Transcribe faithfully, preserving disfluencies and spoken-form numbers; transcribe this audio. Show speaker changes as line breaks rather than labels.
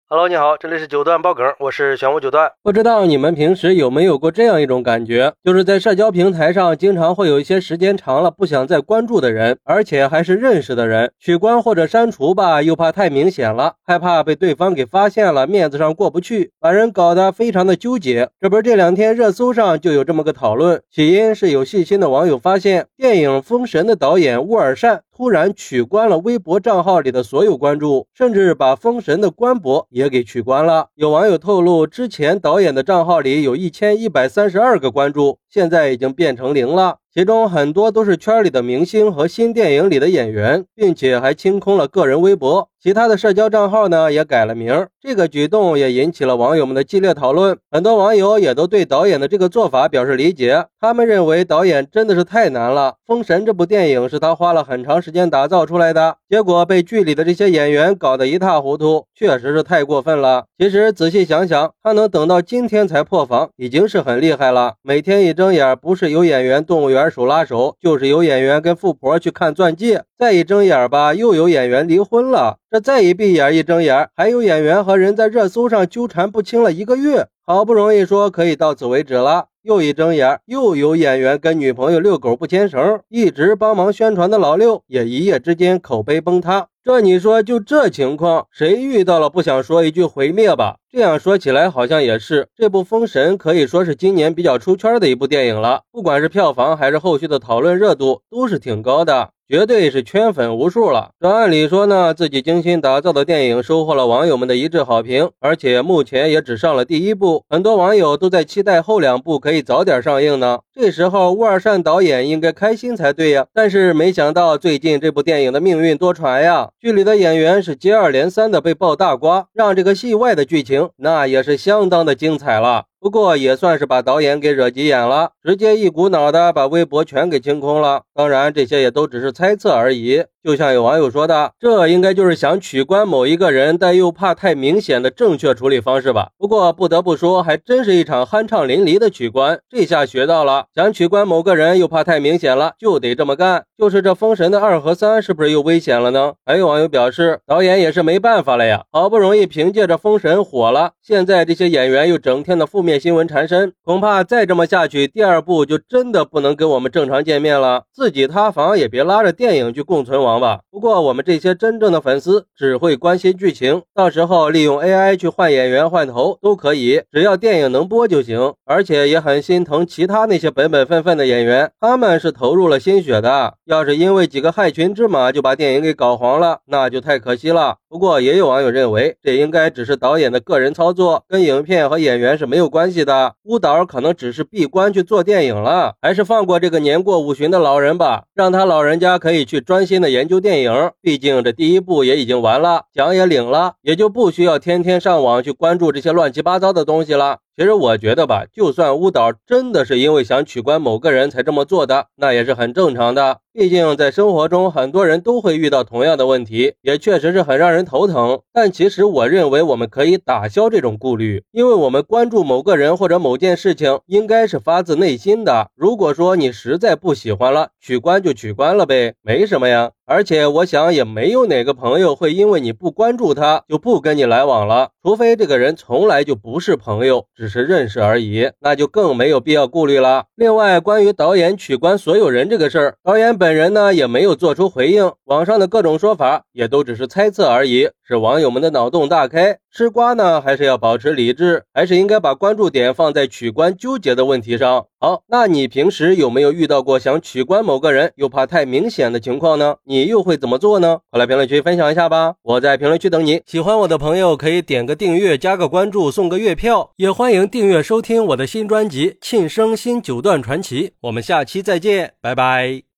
Hello， 你好，这里是九段爆梗，我是玄武九段。
不知道你们平时有没有过这样一种感觉，就是在社交平台上经常会有一些时间长了不想再关注的人，而且还是认识的人，取关或者删除吧，又怕太明显了，害怕被对方给发现了，面子上过不去，把人搞得非常的纠结。这不是这两天热搜上就有这么个讨论，起因是有细心的网友发现，电影《封神》的导演乌尔善突然取关了微博账号里的所有关注，甚至把封神的官博也给取关了。有网友透露，之前导演的账号里有一千一百三十二个关注，现在已经变成零了，其中很多都是圈里的明星和新电影里的演员，并且还清空了个人微博，其他的社交账号呢也改了名。这个举动也引起了网友们的激烈讨论，很多网友也都对导演的这个做法表示理解，他们认为导演真的是太难了，封神这部电影是他花了很长时间打造出来的，结果被剧里的这些演员搞得一塌糊涂，确实是太过分了。其实仔细想想，他能等到今天才破防已经是很厉害了，每天一睁眼不是有演员动物园手拉手，就是有演员跟富婆去看钻戒，再一睁眼吧又有演员离婚了，这再一闭眼一睁眼还有演员和人在热搜上纠缠不清了一个月，好不容易说可以到此为止了，又一睁眼又有演员跟女朋友遛狗不牵绳，一直帮忙宣传的老六也一夜之间口碑崩塌。这你说就这情况，谁遇到了不想说一句毁灭吧？这样说起来好像也是，这部《封神》可以说是今年比较出圈的一部电影了，不管是票房还是后续的讨论热度都是挺高的，绝对是圈粉无数了。这按理说呢，自己精心打造的电影收获了网友们的一致好评，而且目前也只上了第一部，很多网友都在期待后两部可以早点上映呢。这时候乌尔善导演应该开心才对呀，但是没想到最近这部电影的命运多舛呀，剧里的演员是接二连三的被爆大瓜，让这个戏外的剧情那也是相当的精彩了。不过也算是把导演给惹急眼了，直接一股脑的把微博全给清空了。当然这些也都只是猜测而已，就像有网友说的，这应该就是想取关某一个人但又怕太明显的正确处理方式吧。不过不得不说，还真是一场酣畅淋漓的取关，这下学到了，想取关某个人又怕太明显了，就得这么干。就是这封神的二和三是不是又危险了呢？还有网友表示，导演也是没办法了呀，好不容易凭借着封神火了，现在这些演员又整天的负面新闻缠身，恐怕再这么下去，第二部就真的不能跟我们正常见面了，自己塌房也别拉着电影去共存亡吧。不过我们这些真正的粉丝只会关心剧情，到时候利用 A I 去换演员换头都可以，只要电影能播就行。而且也很心疼其他那些本本分分的演员，他们是投入了心血的，要是因为几个害群之马就把电影给搞黄了，那就太可惜了。不过也有网友认为，这应该只是导演的个人操作，跟影片和演员是没有关系的，乌导可能只是闭关去做电影了，还是放过这个年过五旬的老人吧，让他老人家可以去专心的研究电影，毕竟这第一部也已经完了，奖也领了，也就不需要天天上网去关注这些乱七八糟的东西了。其实我觉得吧，就算乌导真的是因为想取关某个人才这么做的，那也是很正常的，毕竟在生活中很多人都会遇到同样的问题，也确实是很让人头疼。但其实我认为我们可以打消这种顾虑，因为我们关注某个人或者某件事情应该是发自内心的，如果说你实在不喜欢了，取关就取关了呗，没什么呀。而且我想也没有哪个朋友会因为你不关注他就不跟你来往了，除非这个人从来就不是朋友，只是认识而已，那就更没有必要顾虑了。另外关于导演取关所有人这个事儿，导演本人呢也没有做出回应，网上的各种说法也都只是猜测而已，是网友们的脑洞大开。吃瓜呢还是要保持理智，还是应该把关注点放在取关纠结的问题上。好，那你平时有没有遇到过想取关某个人又怕太明显的情况呢？你又会怎么做呢？快来评论区分享一下吧，我在评论区等你。喜欢我的朋友可以点个订阅加个关注送个月票，也欢迎订阅收听我的新专辑《庆生新九段传奇》，我们下期再见，拜拜。